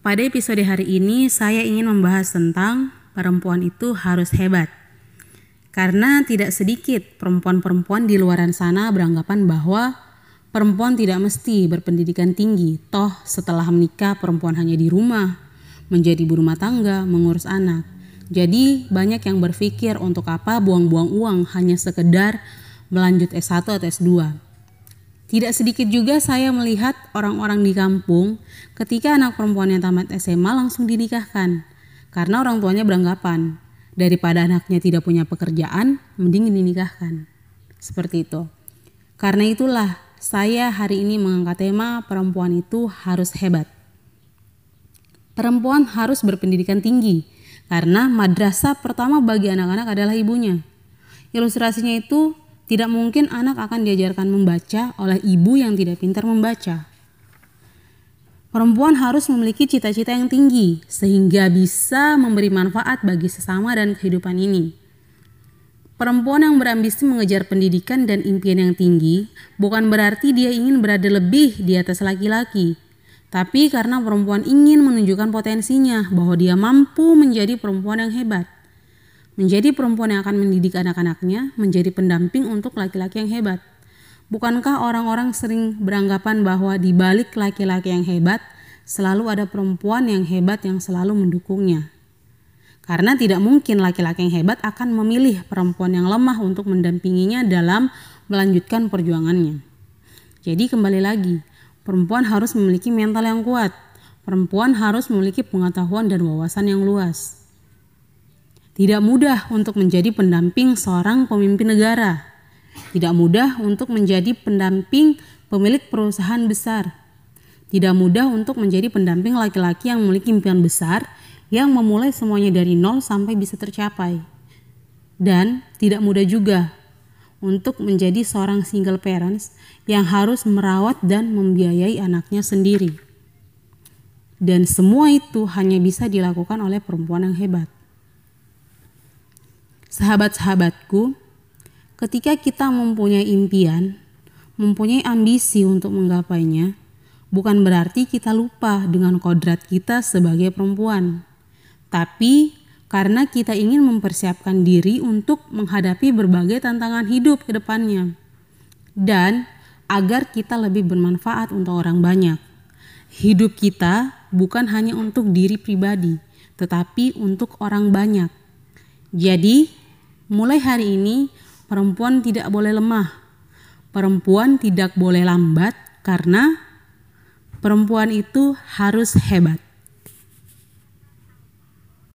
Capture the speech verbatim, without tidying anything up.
Pada episode hari ini saya ingin membahas tentang perempuan itu harus hebat. Karena tidak sedikit perempuan-perempuan di luaran sana beranggapan bahwa perempuan tidak mesti berpendidikan tinggi. Toh setelah menikah perempuan hanya di rumah, menjadi ibu rumah tangga, mengurus anak. Jadi banyak yang berpikir untuk apa buang-buang uang hanya sekedar melanjut S satu atau S dua. Tidak sedikit juga saya melihat orang-orang di kampung ketika anak perempuan yang tamat S M A langsung dinikahkan. Karena orang tuanya beranggapan daripada anaknya tidak punya pekerjaan, mending dinikahkan. Seperti itu. Karena itulah saya hari ini mengangkat tema perempuan itu harus hebat. Perempuan harus berpendidikan tinggi karena madrasah pertama bagi anak-anak adalah ibunya. Ilustrasinya itu tidak mungkin anak akan diajarkan membaca oleh ibu yang tidak pintar membaca. Perempuan harus memiliki cita-cita yang tinggi sehingga bisa memberi manfaat bagi sesama dan kehidupan ini. Perempuan yang berambisi mengejar pendidikan dan impian yang tinggi bukan berarti dia ingin berada lebih di atas laki-laki. Tapi karena perempuan ingin menunjukkan potensinya bahwa dia mampu menjadi perempuan yang hebat. Menjadi perempuan yang akan mendidik anak-anaknya menjadi pendamping untuk laki-laki yang hebat. Bukankah orang-orang sering beranggapan bahwa di balik laki-laki yang hebat selalu ada perempuan yang hebat yang selalu mendukungnya? Karena tidak mungkin laki-laki yang hebat akan memilih perempuan yang lemah untuk mendampinginya dalam melanjutkan perjuangannya. Jadi kembali lagi, perempuan harus memiliki mental yang kuat. Perempuan harus memiliki pengetahuan dan wawasan yang luas. Tidak mudah untuk menjadi pendamping seorang pemimpin negara. Tidak mudah untuk menjadi pendamping pemilik perusahaan besar. Tidak mudah untuk menjadi pendamping laki-laki yang memiliki impian besar yang memulai semuanya dari nol sampai bisa tercapai. Dan tidak mudah juga untuk menjadi seorang single parents yang harus merawat dan membiayai anaknya sendiri. Dan semua itu hanya bisa dilakukan oleh perempuan yang hebat. Sahabat-sahabatku, ketika kita mempunyai impian, mempunyai ambisi untuk menggapainya, bukan berarti kita lupa dengan kodrat kita sebagai perempuan. Tapi karena kita ingin mempersiapkan diri untuk menghadapi berbagai tantangan hidup ke depannya. Dan agar kita lebih bermanfaat untuk orang banyak. Hidup kita bukan hanya untuk diri pribadi, tetapi untuk orang banyak. Jadi, mulai hari ini perempuan tidak boleh lemah. Perempuan tidak boleh lambat karena perempuan itu harus hebat.